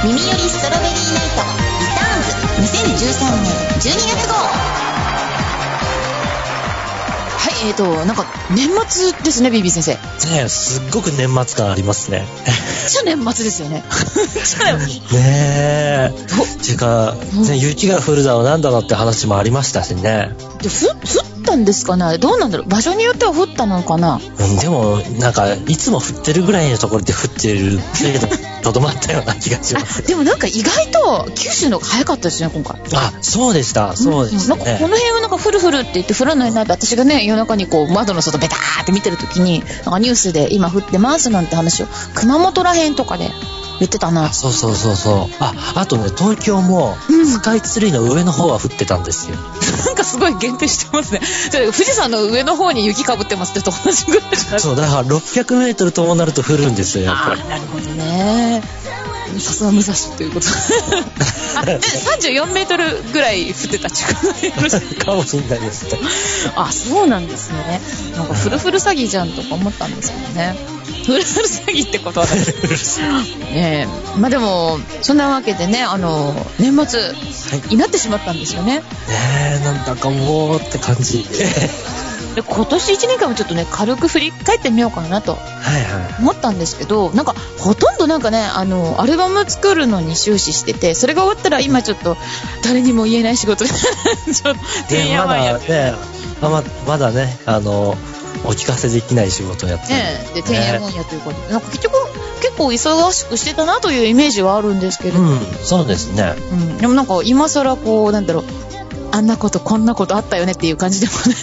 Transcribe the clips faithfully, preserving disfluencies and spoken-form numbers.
耳よりストロベリーナイトリターンズにせんじゅうさんねんじゅうにがつ号。はい、えーとなんか年末ですね、ビービー先生。 ねえ、すっごく年末感ありますね。 じゃあ年末ですよね。 ねえ。っていうか、ね、雪が降るだろうなんだろうって話もありましたしね。 でふ降ったんですかね。どうなんだろう。場所によっては降ったのかな。 うん、でもなんかいつも降ってるぐらいのところで降ってる程度とどまったような気がします。 でもなんか意外と九州の方が早かったですね今回。 あ、そうでした。そうでしたね。 なんかこの辺はなんか降る降るって言って降らないなって、私がね夜中にこう窓の外ベターって見てる時になんかニュースで今降ってますなんて話を熊本ら辺とかで言ってたな。 そうそうそうそう。あ、あとね、東京もスカイツリーの上の方は降ってたんですよ。 なんかすごい限定してますね。富士山の上の方に雪かぶってますってと同じぐらいじゃないですか。 そうだからろっぴゃくメートルともなると降るんですよやっぱり。 あ、なるほどね。さすが武蔵ということあでさんじゅうよんメートルぐらい降ってたっていうかもしれないですね。 あ、そうなんですね。なんかフルフル詐欺じゃんとか思ったんですけどね。フルフル詐欺ってことはねえ、まあでもそんなわけでね、あの年末になってしまったんですよね。 ねえ、なんだかもうって感じ。 で今年いちねんかんもちょっとね軽く振り返ってみようかなと思ったんですけど、なんかほとんどなんかねあのアルバム作るのに終始してて、それが終わったら今ちょっと誰にも言えない仕事でちょっとてんやわんやって、 ね、まだね、まだねあのお聞かせできない仕事をやってる、 ね、でてんやわんやということで、なんか結局結構忙しくしてたなというイメージはあるんですけれど、 うん、そうですね、 うん、でもなんか今更こうなんだろう、あんなことこんなことあったよねっていう感じでもね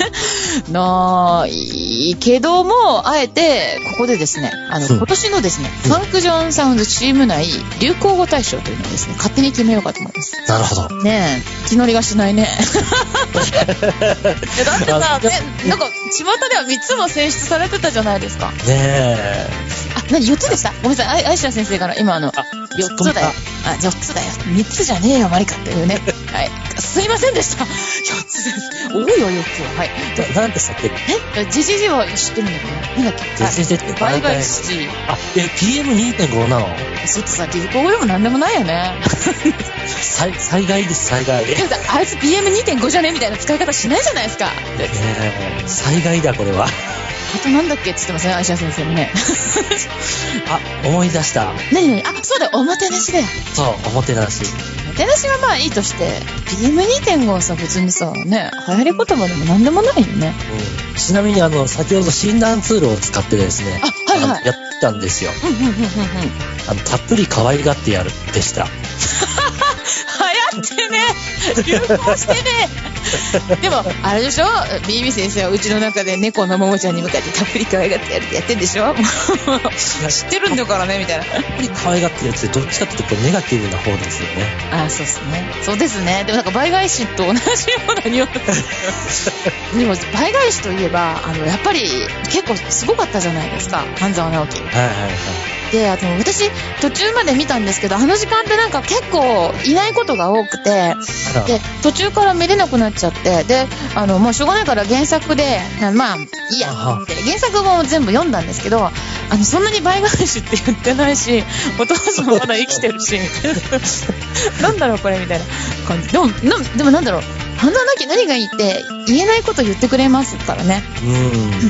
ないけども、あえてここでですね、あの、うん、今年のですね、うん、ファンクジョンサウンズチーム内流行語大賞というのをですね勝手に決めようかと思います。 なるほどねえ、気乗りがしないねだってさ、ね、なんか巷ではみっつも選出されてたじゃないですか。ねえ、 あ、何よっつでした？ごめんなさい、アイシャ先生から今あのよっつだよ、あ、よっつだよ、みっつじゃねえよマリカっていうねはい、すいませんでした。よっつです。多いよよっつは。はい。 何でしたっけ？ え？ジェジェジェは知ってるんだけど。なんだっけ？ ジェジェジェってバイバイシティ。 あ、え ピーエムにてんご なの？ そっちさ、流行語でもなんでもないよね。 災災害です災害。 あいつ ピーエムにてんご じゃねみたいな使い方しないじゃないですか。ねえ、災害だこれは。 あとなんだっけって言ってますね、アイシャ先生もね。 あ、思い出した。 何何？あ、そうだよ、おもてなしだよ。 そう、おもてなし。 おもてなしはまあいいとして、ピーエムにてんご はさ、別にさ、ね、流行り言葉でもなんでもないよね。 うん、ちなみにあの、先ほど診断ツールを使ってですね、 あ、はいはい。 やったんですよ。 うんうんうんうんうん。 あの、たっぷり可愛がってやるでした。 流行ってね、流行してね。でもあれでしょ、ビービー先生はうちの中で猫のももちゃんに向かってたっぷり可愛がってやるってやってんでしょ。知ってるんだからねみたいな。 たっぷり可愛がってるやつでどっちかっていうとネガティブな方ですよね。 あ、そうですね、そうですね。でもなんか倍返しと同じような匂いでも倍返しといえばあのやっぱり結構すごかったじゃないですか、半沢直樹。 はいはいはい。 で、あの私途中まで見たんですけど、あの時間ってなんか結構いないことが多くて、で途中から見れなくなっちゃって、であのもうしょうがないから原作でまあいいやって原作も全部読んだんですけど、あのそんなに倍返しって言ってないし、お父さんまだ生きてるしなんだろうこれみたいな感じ。でもなでもなんだろう、半沢直樹何がいいって言えないこと言ってくれますからね。うん、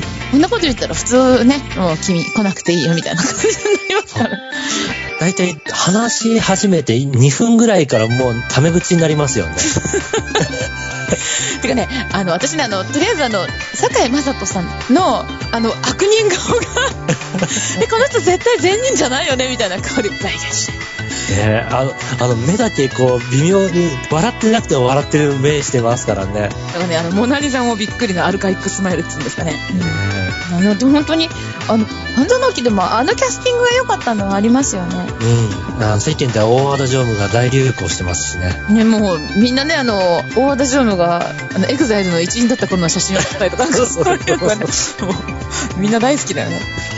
こんなこと言ったら普通ね、もう君来なくていいよみたいな感じになりますから。 だいたい話し始めてにふんぐらいからもうタメ口になりますよね。 てかね、あの私ね、あのとりあえずあの堺雅人さんのあの悪人顔がえ、この人絶対善人じゃないよねみたいな顔で倍返し。 ね、あのあの目だけこう微妙に笑ってなくても笑ってる目してますからね。だからね、あのモナリザもびっくりのアルカイックスマイルっていうんですかね。うん、あのでも本当にあの半沢直樹でもあのキャスティングが良かったのはありますよね。 うん、あの世間では大和田常務が大流行してますしね。 ね、もうみんなね、あの大和田常務があのエグザイルの一員だった頃の写真を撮ったりとか、そういうのがね、もうみんな大好きだよね。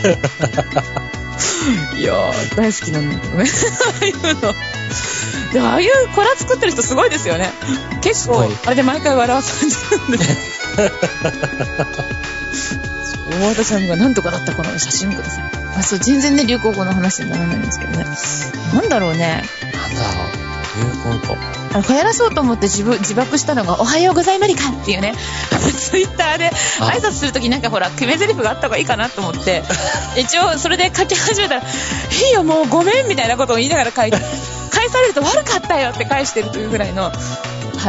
いやー大好きなんだけどねああいうのでもああいうコラ作ってる人すごいですよね。結構あれで毎回笑わされてるんで大和田さんが何とかだった頃の写真ください。あ、そう、全然ね流行語の話にならないんですけどね。なんだろうね、 ないうこと。 あの流行らそうと思って 自, 自爆したのがおはようございマリカっていうねツイッターで挨拶するときなんかほら決め台詞があった方がいいかなと思って一応それで書き始めたらいいよもうごめんみたいなことを言いながら書いて返されると悪かったよって返してるというぐらいの、はい、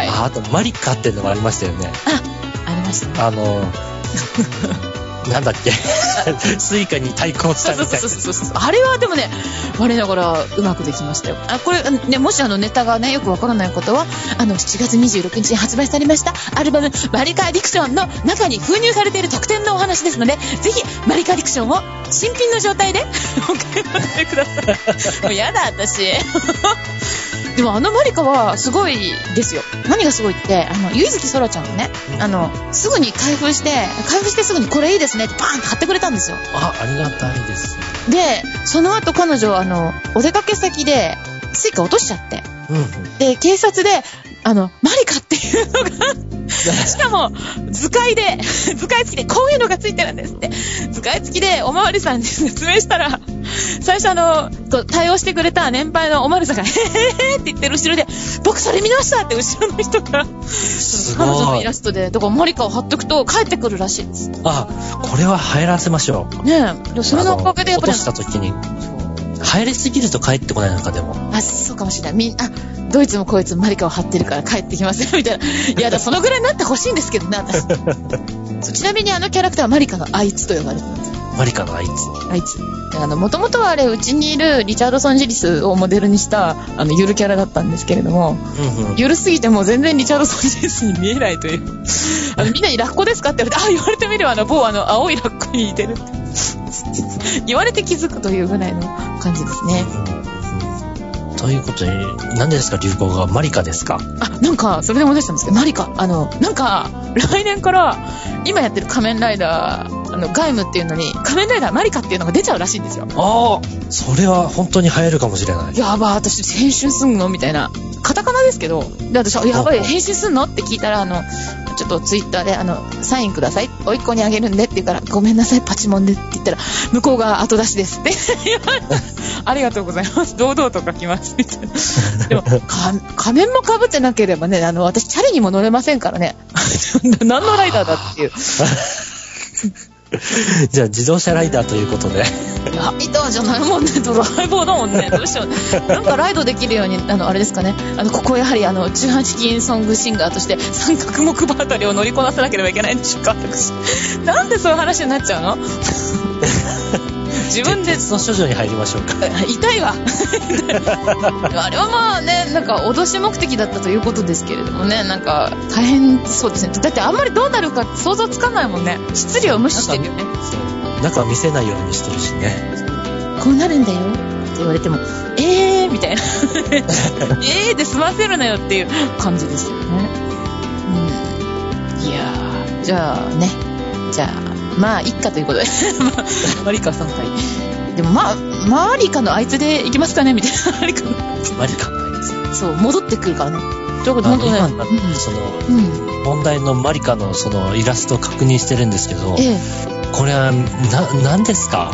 あ, あとマリカっていうのもありましたよね。 あありましたね。 あのなんだっけスイカに対抗したみたいな。そうそうそうそう。あれはでもね我ながらうまくできましたよ。あこれ、ね、もしあのネタがねよくわからない方はあのしちがつにじゅうろくにちに発売されましたアルバムマリカディクションの中に封入されている特典のお話ですのでぜひマリカディクションを新品の状態でお買い求めください。もうやだ私でもあのマリカはすごいですよ。何がすごいってあのゆいずきそらちゃんがねあのすぐに開封して開封してすぐにこれいいですねってパーンって買ってくれたんですよ。 あ、ありがたいです。 でその後彼女はあのお出かけ先でスイカ落としちゃって、うん、で警察であのマリカっていうのがしかも図解で図解付きでこういうのがついてるんですって図解付きでおまわりさんに説明したら最初あのこう対応してくれた年配のおまわりさんがへへへって言ってる後ろで僕それ見ましたって後ろの人が彼女のイラストでだからマリカを貼っとくと帰ってくるらしいです。 あ、これは流行らせましょうねえ。それのおかげでやっぱり落とした時に流行りすぎると帰ってこないのかでもあそうかもしれない。みんあどいつもこいつもマリカを貼ってるから帰ってきますよみたいないやだそのぐらいになってほしいんですけどね私そうちなみにあのキャラクターはマリカのあいつと呼ばれてます。 マリカのあいつあいつあの元々はあれうちにいるリチャードソン・ジリスをモデルにしたあのゆるキャラだったんですけれども、うんうん、ゆるすぎてもう全然リチャードソン・ジリスに見えないというあのみんなにラッコですかって言われてあ言われてみればあの某あの青いラッコに似てるって言われて気づくというぐらいの感じですね。 ということで何ですか流行がマリカですか。 あなんかそれで思い出したんですけどマリカあのなんか来年から今やってる仮面ライダーあのガイムっていうのに仮面ライダーマリカっていうのが出ちゃうらしいんですよ。 ああそれは本当に流行るかもしれない。 やばい私変身すんのみたいなカタカナですけどで私やばい変身すんのって聞いたらあのちょっとツイッターであのサインくださいおいっ子にあげるんでって言うからごめんなさいパチモンでって言ったら向こうが後出しですって言われたありがとうございます堂々と書きますみたいなでも仮面もかぶってなければねあの私チャリにも乗れませんからね何のライダーだっていうじゃあ自動車ライダーということでライダーじゃないもんねドライバーだもんねどうしようなんかライドできるようにあのあれですかねあのここやはりあのじゅうはちきんソングシンガーとして三角木馬あたりを乗りこなさなければいけないんでしょうか私なんでそういう話になっちゃうの自分で鉄の処女に入りましょうか痛いわあれはまあねなんか脅し目的だったということですけれどもねなんか大変そうですねだってあんまりどうなるか想像つかないもんね質量を無視してるよね中見せないようにしてるしねこうなるんだよって言われてもえーみたいなえーで済ませるなよっていう感じですよね、うん、いやーじゃあねじゃあまあいっかということでマリカさん対でもまあマリカのあいつでいきますかねみたいなマリカのマリカのあいつそう戻ってくるからねということで本当ね、 うん、その、うん、問題のマリカのそのイラストを確認してるんですけど、ええ、これはな何ですか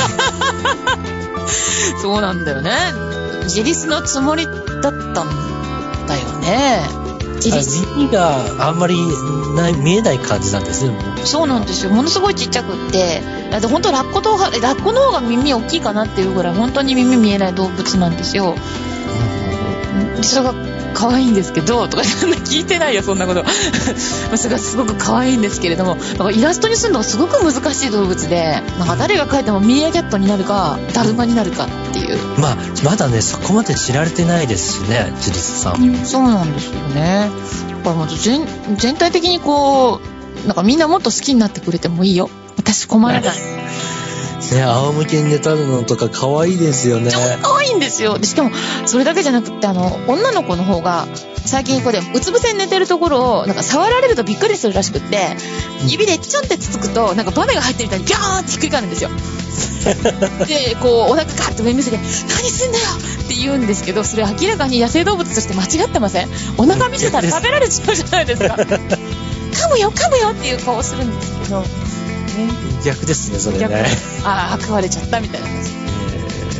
そうなんだよね自立のつもりだったんだよね耳があんまりない見えない感じなんですね。 そうなんですよものすごいちっちゃくってだって本当ラッコとラッコの方が耳大きいかなっていうぐらい本当に耳見えない動物なんですよ、うん、それが可愛いんですけどとか聞いてないよそんなことそれがすごく可愛いんですけれどもなんかイラストにするのがすごく難しい動物でなんか誰が描いてもミーアキャットになるかダルマになるかっていうまあまだねそこまで知られてないですしねジリスさん、うん、 そうなんですよねだからもう 全, 全体的にこうなんかみんなもっと好きになってくれてもいいよ私困らないね、仰向けに寝たのとか可愛いですよね。 超可愛いんですよ。でしかもそれだけじゃなくってあの女の子の方が最近こうでうつ伏せに寝てるところをなんか触られるとびっくりするらしくって指でチョンってつつくとなんかバネが入ってるみたいにギャーンってひっくり返るんですよでこうお腹ガーッと上見せて何すんだよって言うんですけどそれ明らかに野生動物として間違ってません？お腹見せたら食べられちゃうじゃないですか噛むよ噛むよっていう顔するんですけどね、 逆ですねそれねああ食われちゃったみたいな感じ、 えー、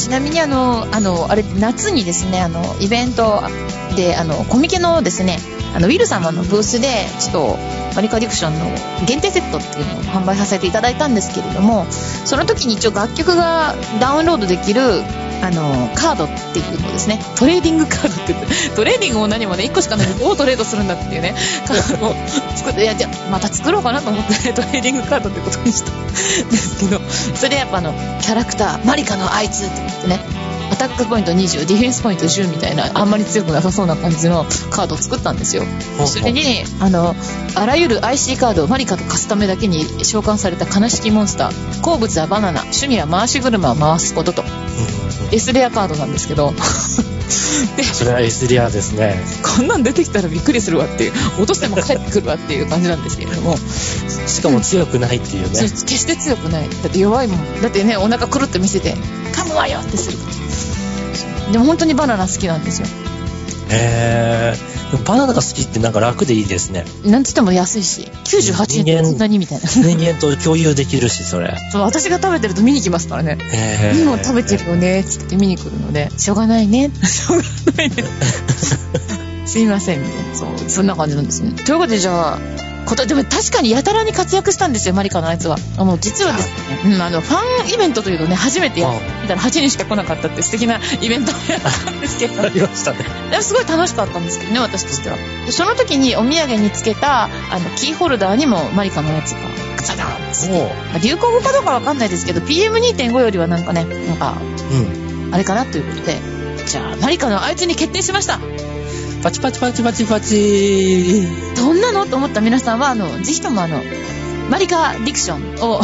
ちなみにあの、あの、あれ、夏にですね、あの、イベントで、あの、コミケのですね、あの、ウィル様のブースで、ちょっと、マリカディクションの限定セットっていうのを販売させていただいたんですけれども、その時に一応楽曲がダウンロードできる、あの、カードっていうのをですね、トレーディングカードって言って、トレーディングも何もね、いっこしかないのにどうトレードするんだっていうね、カードを作って、いや、じゃあまた作ろうかなと思って、トレーディングカードってことにしたんですけど、それでやっぱあの、キャラクター、マリカのあいつって言ってね、アタックポイントにじゅう、ディフェンスポイントじゅうみたいな、あんまり強くなさそうな感じのカードを作ったんですよ。それに、あの、あらゆる アイシー カードをマリカと貸すためだけに召喚された悲しきモンスター、好物はバナナ、趣味は回し車を回すことと、S レアカードなんですけど、 でそれは S レアですね。 こんなん出てきたらびっくりするわっていう、落としても帰ってくるわっていう感じなんですけれども、 しかも強くないっていうね。 決して強くない。だって弱いもん。だってね、お腹くるって見せて、噛むわよってする。でも本当にバナナ好きなんですよ。 へー、バナナが好きってなんか楽でいいですね。 なんつっても安いし、きゅうじゅうはちえんってそんなにみたいな。 人間と共有できるし、それ。 そう、私が食べてると見に来ますからね。へー。今食べてるよねって言って見に来るので、しょうがないね。しょうがないね。すいませんみたいな。そう、そんな感じなんですね。ということでじゃあ、ことでも確かにやたらに活躍したんですよ、マリカのあいつは。あの実はですね、うん、あのファンイベントというのをね、初めてやったらはちにんしか来なかったって素敵なイベントをやったんですけど、ありましたね。すごい楽しかったんですけどね、私としては。でその時にお土産につけたあのキーホルダーにもマリカのやつがクチャダーンって、まあ、流行語かどうかわかんないですけど ピーエムにてんご よりはなんかね、なんか、うん、あれかなということで、じゃあマリカのあいつに決定しました。 パチパチパチパチパチ。 どんなのと思った皆さんはあのぜひともあのマリカディクションを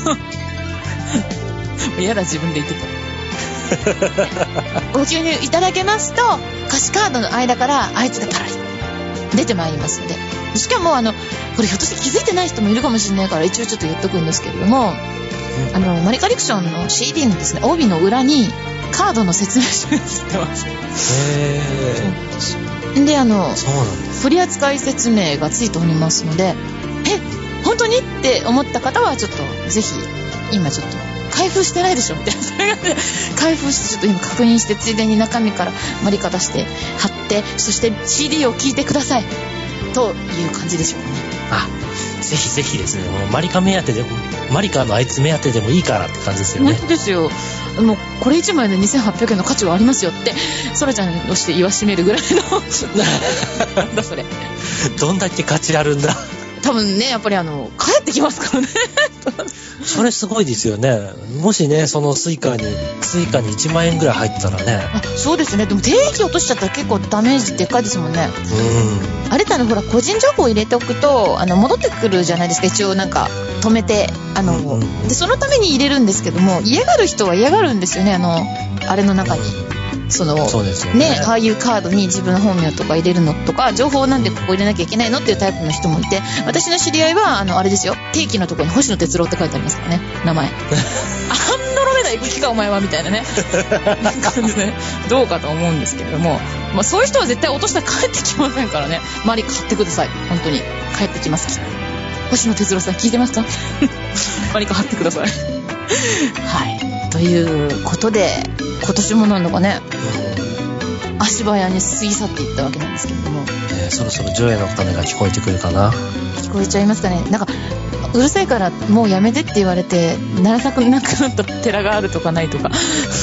嫌だ自分で言ってたご購入いただけますと歌詞カードの間からあいつがパラリ出てまいりますので、しかもあのこれひょっとして気づいてない人もいるかもしれないから一応ちょっと言っとくんですけれども、あのマリカディクションの シーディー のですね帯の裏にカードの説明書がついてます。へー。であの取扱説明がついておりますので、え本当にって思った方はちょっとぜひ今ちょっと開封してないでしょみたいな、それがね開封してちょっと今確認してついでに中身からマリカ出して貼って、そして シーディー を聴いてくださいという感じでしょうかね。 あ、ぜひぜひですね。もうマリカ目当てでもマリカのあいつ目当てでもいいからって感じですよね。 本当ですよ。もうこれいちまいでにせんはっぴゃくえんの価値はありますよってソラちゃんとして言わしめるぐらいのなんだそれ、 どんだけ価値あるんだ。 多分ねやっぱりあの帰ってきますからねそれすごいですよね。もしねそのスイカにスイカにいちまんえんぐらい入ってたらね。 あ、そうですね。でも定期落としちゃったら結構ダメージでっかいですもんね。うん。あれってあのほら個人情報を入れておくとあの戻ってくるじゃないですか。一応なんか止めてあの、うんうん、でそのために入れるんですけども、嫌がる人は嫌がるんですよね。あのあれの中に。そのそうですよ ね, ねああいうカードに自分の本名とか入れるのとか情報なんでここ入れなきゃいけないのっていうタイプの人もいて、私の知り合いはあのあれですよ、定期のところに星野哲郎って書いてありますからね、名前アンドロメダ行く気かお前はみたいなね感じでどうかと思うんですけれども、まあ、そういう人は絶対落としたら帰ってきませんからね。マリカ買ってください。本当に帰ってきます。星野哲郎さん聞いてますかマリカ買ってくださいはい、ということで今年もなんだかね、うん、足早に過ぎ去っていったわけなんですけれども、 えー、そろそろ除夜の鐘が聞こえてくるかな。 聞こえちゃいますかね。なんかうるさいからもうやめてって言われて鳴らさなくなった寺があるとかないとか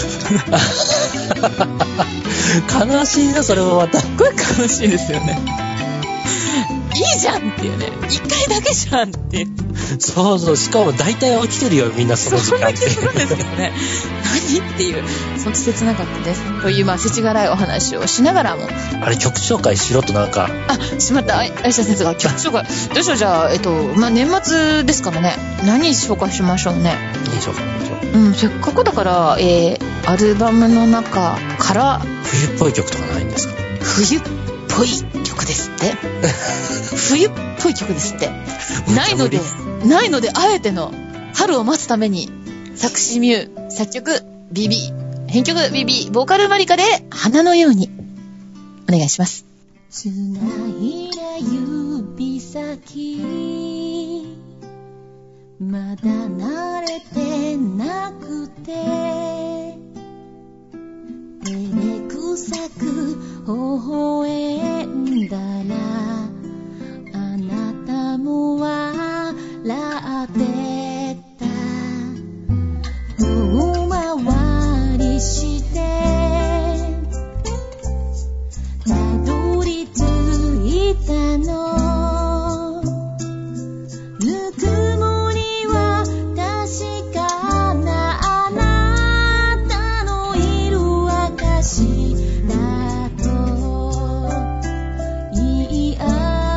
悲しいな、それはまた。 すごい悲しいですよね。いいじゃんっていうね、一回だけじゃんっていう。 そうそう、しかも大体起きてるよみんなその時間って。 そんな気するんですけどね何っていう、そんな切なかったですという、まあ世知辛いお話をしながらも、 あれ曲紹介しろとなんか、 あ、しまった、あいしゃ先生が曲紹介どうしよう。じゃあえっとまあ年末ですからね、何紹介しましょうね。 何紹介しましょう。 うん、せっかくだから、えー、アルバムの中から冬っぽい曲とかないんですか。 冬っぽい曲ですって冬っぽい曲ですってないのでないのであえての春を待つために作詞ミュー作曲 ビービー 編曲 ビービー ボーカルマリカで花のようにお願いします。つないだ指先まだ慣れてなくて照れくさく微笑んだらあなたも笑ってた。遠回りしてたどり着いたの。ぬくもりは確かなあなたのいる証だと。いや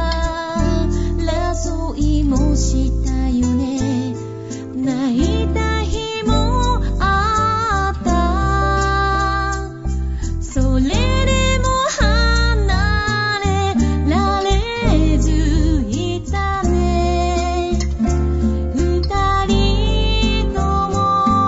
争いもしたよね。泣いた日もあった。それでも離れられずいたね。二人とも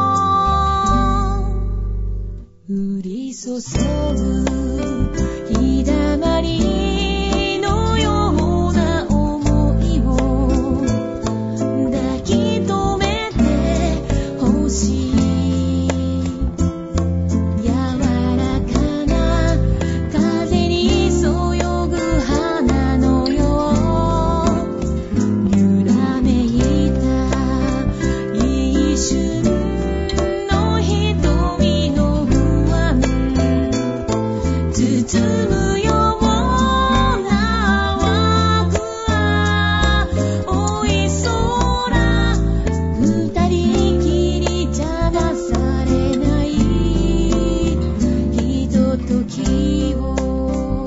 降り注ぐ日だまりのような思いを抱き留めてほしい。柔らかな風にそよぐ花のよう揺らめいた一瞬の瞳の不安包むようなワクワク青い空。二人きり邪魔されないひとときを。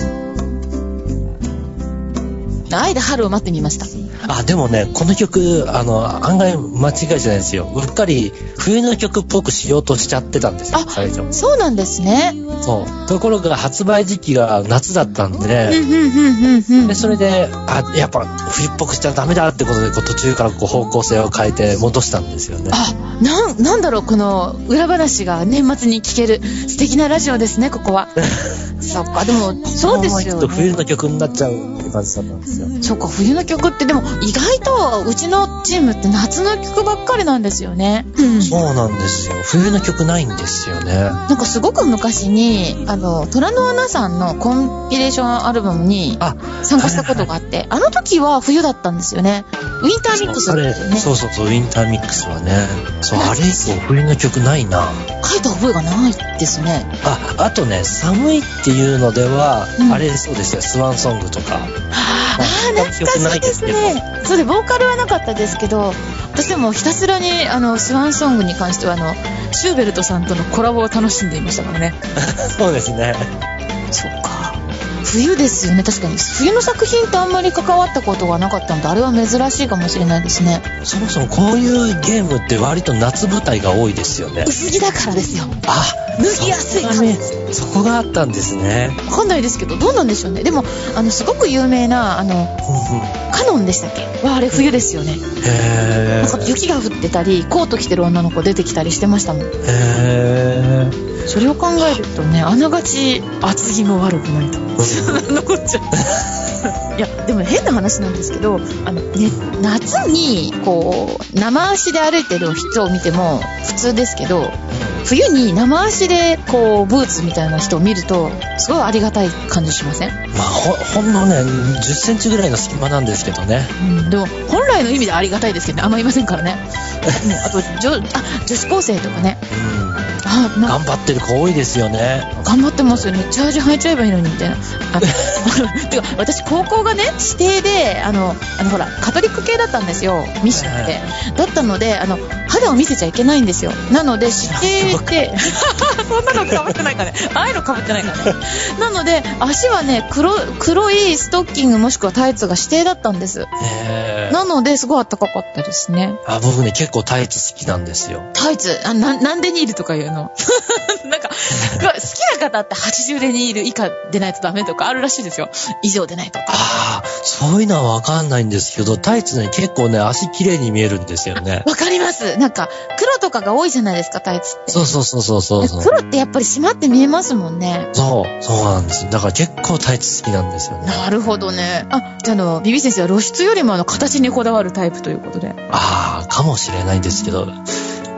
愛で春を待ってみました。 あ、でもね、この曲、あの、案外間違いじゃないですよ。うっかり冬の曲っぽくしようとしちゃってたんですよ、最初。 そうなんですね。 そう。ところが発売時期が夏だったんで、でそれで、あ、やっぱ冬っぽくしちゃダメだってことで、こう途中からこう方向性を変えて戻したんですよね。 あ、なん、なんだろう、この裏話が年末に聞ける素敵なラジオですね、ここは。そっか、でも、そうですよね。 冬の曲になっちゃうって感じだったんですよ。 そっか、冬の曲ってでも意外とうちのチームって夏の曲ばっかりなんですよね。 うん、そうなんですよ。冬の曲ないんですよね。 なんかすごく昔にあの虎の穴さんのコンピレーションアルバムに参加したことがあって、あの時は冬だったんですよね。ウィンターミックスですよね。 そうそうそう、ウィンターミックスはね。そう、あれ以降冬の曲ないな。 書いた覚えがないですね。 あ、あとね、寒いっていうのでは、うん、あれそうですよ、スワンソングとか。 ああ、懐かしいですね。そうで、ボーカルはなかったですけど、私でもひたすらにあのスワンソングに関してはあのシューベルトさんとのコラボを楽しんでいましたからね。 そうですね。 そうか。冬ですよね。確かに冬の作品とあんまり関わったことがなかったので、あれは珍しいかもしれないですね。 そもそもこういうゲームって割と夏舞台が多いですよね。 薄着だからですよ。 あ、 脱ぎやすいからね。 そこがあったんですね。 わかんないですけど、どうなんでしょうね。でもあのすごく有名なあの、うんうん、カノンでしたっけはあれ冬ですよね。 へー。 なんか雪が降ってたりコート着てる女の子出てきたりしてましたもん。 へー。 それを考えるとね、あながち厚着も悪くないと残っちゃう。いやでも変な話なんですけど、あの、ね、夏にこう生足で歩いてる人を見ても普通ですけど、冬に生足でこうブーツみたいな人を見るとすごいありがたい感じしません？ まあ ほ, ほんのねじゅっセンチぐらいの隙間なんですけどね、 うん、でも本来の意味でありがたいですけどね、あんまいませんからね。あと 女, あ女子高生とかね、 うん、あ頑張ってる子多いですよね。 頑張ってますよね。チャージ履いちゃえばいいのにみたいな。あてか私高校がね指定であのあのほらカトリック系だったんですよ、ミッションって、だったのであの肌を見せちゃいけないんですよ。なので指定でそんなの被ってないからね、ああいうの被ってないからね。なので足はね 黒, 黒いストッキングもしくはタイツが指定だったんです。なのですごい暖かかったですね。 あ、僕ね結構タイツ好きなんですよ。 タイツあ な, なんでニールとかいうのなんか好きな方ってはちじゅうデニール以下でないとダメとかあるらしいですよ。以上でないとか。 ああ、そういうのは分かんないんですけど、タイツね結構ね足綺麗に見えるんですよね。 わかります。なんか黒とかが多いじゃないですかタイツって。 そうそうそうそうそうそう。 黒ってやっぱり締まって見えますもんね。 そうそうなんです。だから結構タイツ好きなんですよね。 なるほどね。あ、じゃあのビビ先生は露出よりもあの形にこだわるタイプということで。 ああ、かもしれないんですけど、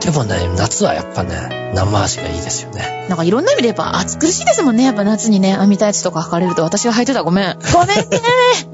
でもね、夏はやっぱね、生足がいいですよね。 なんかいろんな意味でやっぱ暑苦しいですもんね。やっぱ夏にね、網タイツとか履かれると私が履いてた。ごめん。ごめんね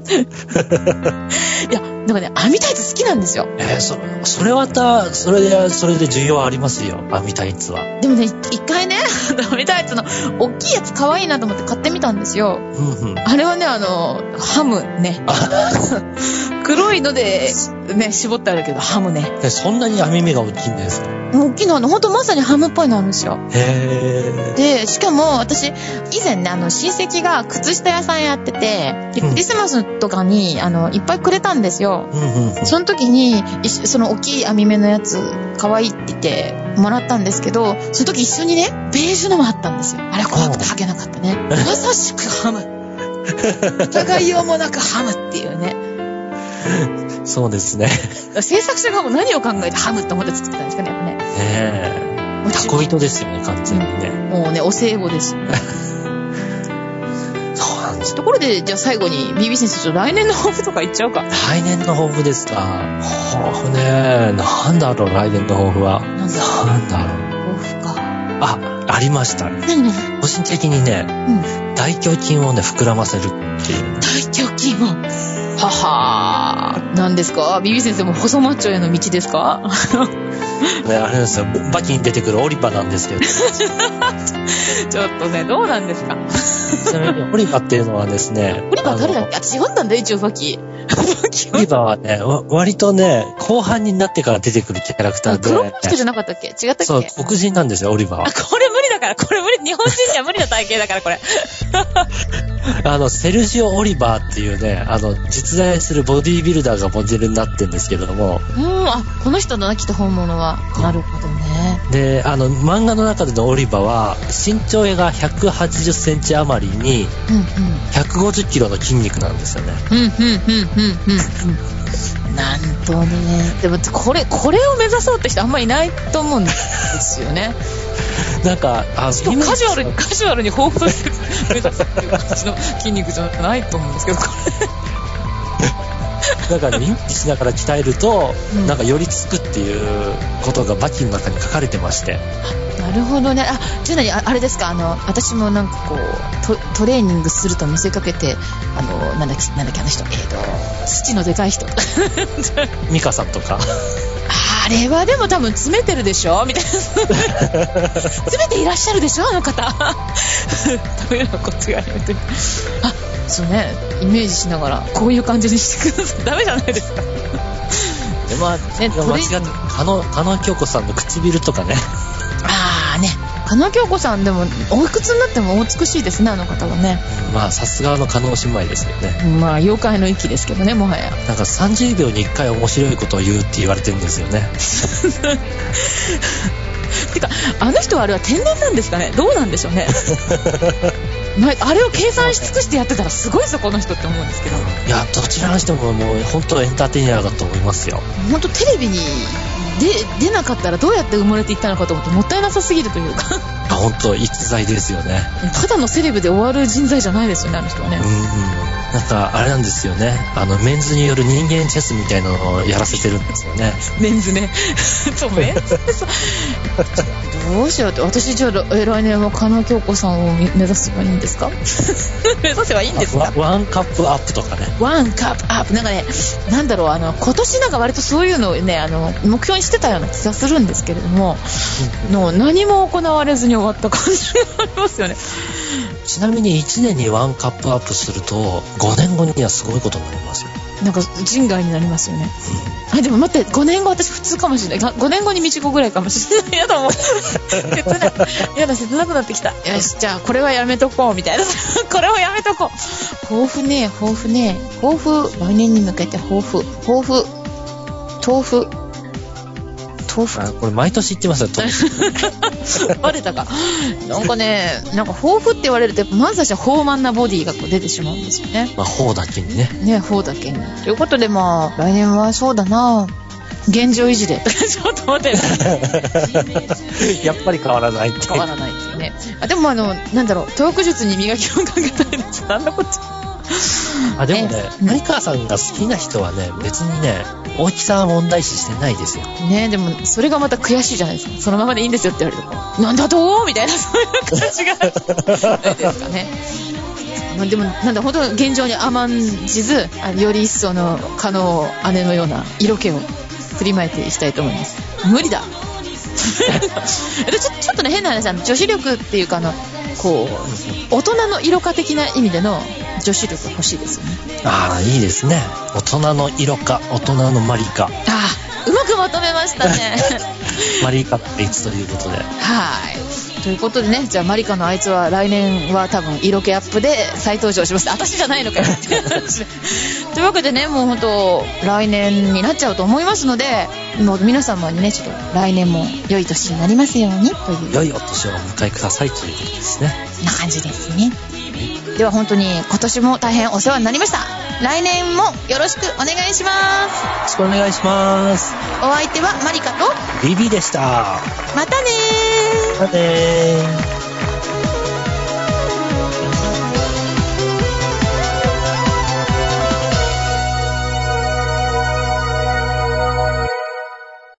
いや、なんかね、網タイツ好きなんですよ。 えー、そ、それはた、それで、それで需要ありますよ、網タイツは。 でもね、一回ね、網タイツの大きいやつ可愛いなと思って買ってみたんですよ。 うんうん。 あれはね、あの、ハムね。黒いので、ね、絞ってあるけど、ハムね。 でそんなに網目が大きいんですか？ 大きいのは、ほんとまさにハムっぽいのあるんですよ。 へー。 で、しかも私、以前ね、あの、親戚が靴下屋さんやってて、でクリスマスとかに、あの、いっぱいくれたんですよ。 うんうんうん、 その時に、その大きい網目のやつ、可愛いって言ってもらったんですけど、その時一緒にね、ベージュのもあったんですよ。あれ怖くて履けなかったね。まさしくハム。疑いようもなくハムっていうね。 そうですね。 制作者がもう何を考えてハムって思って作ってたんですかね、やっぱね。 ねえ。タコ糸ですよね、完全にね。 うん、もうね、お歳暮です。 そうなんです。 ところで、じゃあ最後に ビービー 先生、ちょっと来年の抱負とか言っちゃうか。 来年の抱負ですか。抱負ね。なんだろう、来年の抱負は。 なんだろう。 なんだろう。 抱負か。 あ、ありました。 何何？ 個人的にね、うん、大胸筋をね、膨らませるっていう。 大胸筋を。ははー。何ですか？ ビービー 先生も細マッチョへの道ですか？ ね、あれですよ、バキに出てくるオリバなんですけど。 ちょっとね、どうなんですか？ ちなみにオリバっていうのはですね。 オリバ誰だっけ？あ、違ったんだよ、一応バキ。 オリバはね、割とね、後半になってから出てくるキャラクターで。 黒い人じゃなかったっけ？違ったっけ？ そう、黒人なんですよ、オリバは。 あ、これ無理だから、これ無理、日本人じゃ無理な体型だから、これ。 あの、セルジオ・オリバーっていうね、あの、実在するボディービルダーがモデルになってるんですけれども。 うん、あ、この人だな、きっと本物は。なるほどね。 で、あの、漫画の中でのオリバーは、身長がひゃくはちじゅっセンチ余りに、うんうん、ひゃくごじゅっキロの筋肉なんですよね。 うん、うん、うん、うん、うん。なんとね。でも、これ、これを目指そうって人あんまいないと思うんですよね。 なんか、あカジュアルに、カジュアルに豊富として目指すっていう感じの筋肉じゃないと思うんですけど、これ。なんかね、インチしながら鍛えると、うん、なんか寄りつくっていうことがバキの中に書かれてまして。 なるほどね。あ、じゃあ何、あれですか、あの、私もなんかこう、ト、トレーニングすると見せかけて、あの、なんだっけ、なんだっけ、あの人、えーと、土のでかい人。 ミカさんとか。 あれはでも多分詰めてるでしょみたいな。詰めていらっしゃるでしょあの方。というのこっちがやめてる。あ、そうね、イメージしながらこういう感じにしてください。ダメじゃないですか。 でまあね、間違って加納加納京子さんの唇とかね。 ああね、加納京子さんでもおいくつになってもお美しいですね、あの方はね。 まあさすがの加納姉妹ですよね。 まあ妖怪の域ですけどね、もはや。 なんかさんじゅうびょうにいっかい面白いことを言うって言われてるんですよね。 てかあの人はあれは天然なんですかね、どうなんでしょうね。まあ、あれを計算し尽くしてやってたらすごいぞこの人って思うんですけど。 いや、どちらにしてももう本当エンターテイナーだと思いますよ。 本当テレビにで出なかったらどうやって埋もれていったのかと思ってもったいなさすぎるというか。 本当逸材ですよね。 ただのセレブで終わる人材じゃないですよね、あの人はね。 うんうん、なんかあれなんですよね、あのメンズによる人間チェスみたいなのをやらせてるんですよね。 メンズね。そうメンズってさどうしようって。私じゃあ来年は加納京子さんを目指せばいいんですか？目指せばいいんですか？ ワンカップアップとかね。 ワンカップアップなんかね、なんだろう、あの今年なんか割とそういうのをね、あの目標にしてたような気がするんですけれども、の何も行われずに終わった感じがありますよね。 ちなみにいちねんにワンカップアップするとごねんごにはすごいことになりますよ。 なんか人外になりますよね、うん、あでも待って、ごねんご私普通かもしれない。ごねんごにみちこぐらいかもしれない。やだもう切ないやだ、切なくなってきた。よし、じゃあこれはやめとこうみたいな。これはやめとこう。抱負ね、抱負ね、抱負、来年に向けて抱負、抱負、豆腐豆腐あこれ毎年言ってますよ、豆腐。 バレたか。なんかね、なんか抱負って言われるとまず最初は豊満なボディがこう出てしまうんですよね。 まあ頬だけにね。 ね、頬だけに。ということでまあ来年はそうだな、現状維持で。ちょっと待って。 やっぱり変わらないって。 変わらないっていうね。あでもあのなんだろう、トーク術に磨きをかけたいです。なんだこっち。 あ、でもね、成川さんが好きな人はね、別にね、大きさは問題視してないですよ。 ね、でも、それがまた悔しいじゃないですか。そのままでいいんですよって言われると。なんだとみたいな、そういう感じがないですかね。まあ、でも、なんだ、本当現状に甘んじず、あより一層の加納姉のような色気を振りまいていきたいと思います。無理だ。ちょ、ちょっとね、変な話、あの女子力っていうか、あの、こう、大人の色化的な意味での女子力欲しいですよね。 ああ、いいですね。大人の色化、大人のマリカ。ああ、うまくまとめましたね。 マリカっていつということで。はい。 ということでね、じゃあマリカのあいつは来年は多分色気アップで再登場します。私じゃないのかよっていう話で。というわけでね、もう本当来年になっちゃうと思いますので、もう皆様にね、ちょっと来年も良い年になりますようにという。 良いお年をお迎えくださいということですね。 こんな感じですね。では本当に今年も大変お世話になりました。来年もよろしくお願いします。 よろしくお願いします。 お相手はマリカとビビでした。 またねー。 またねー。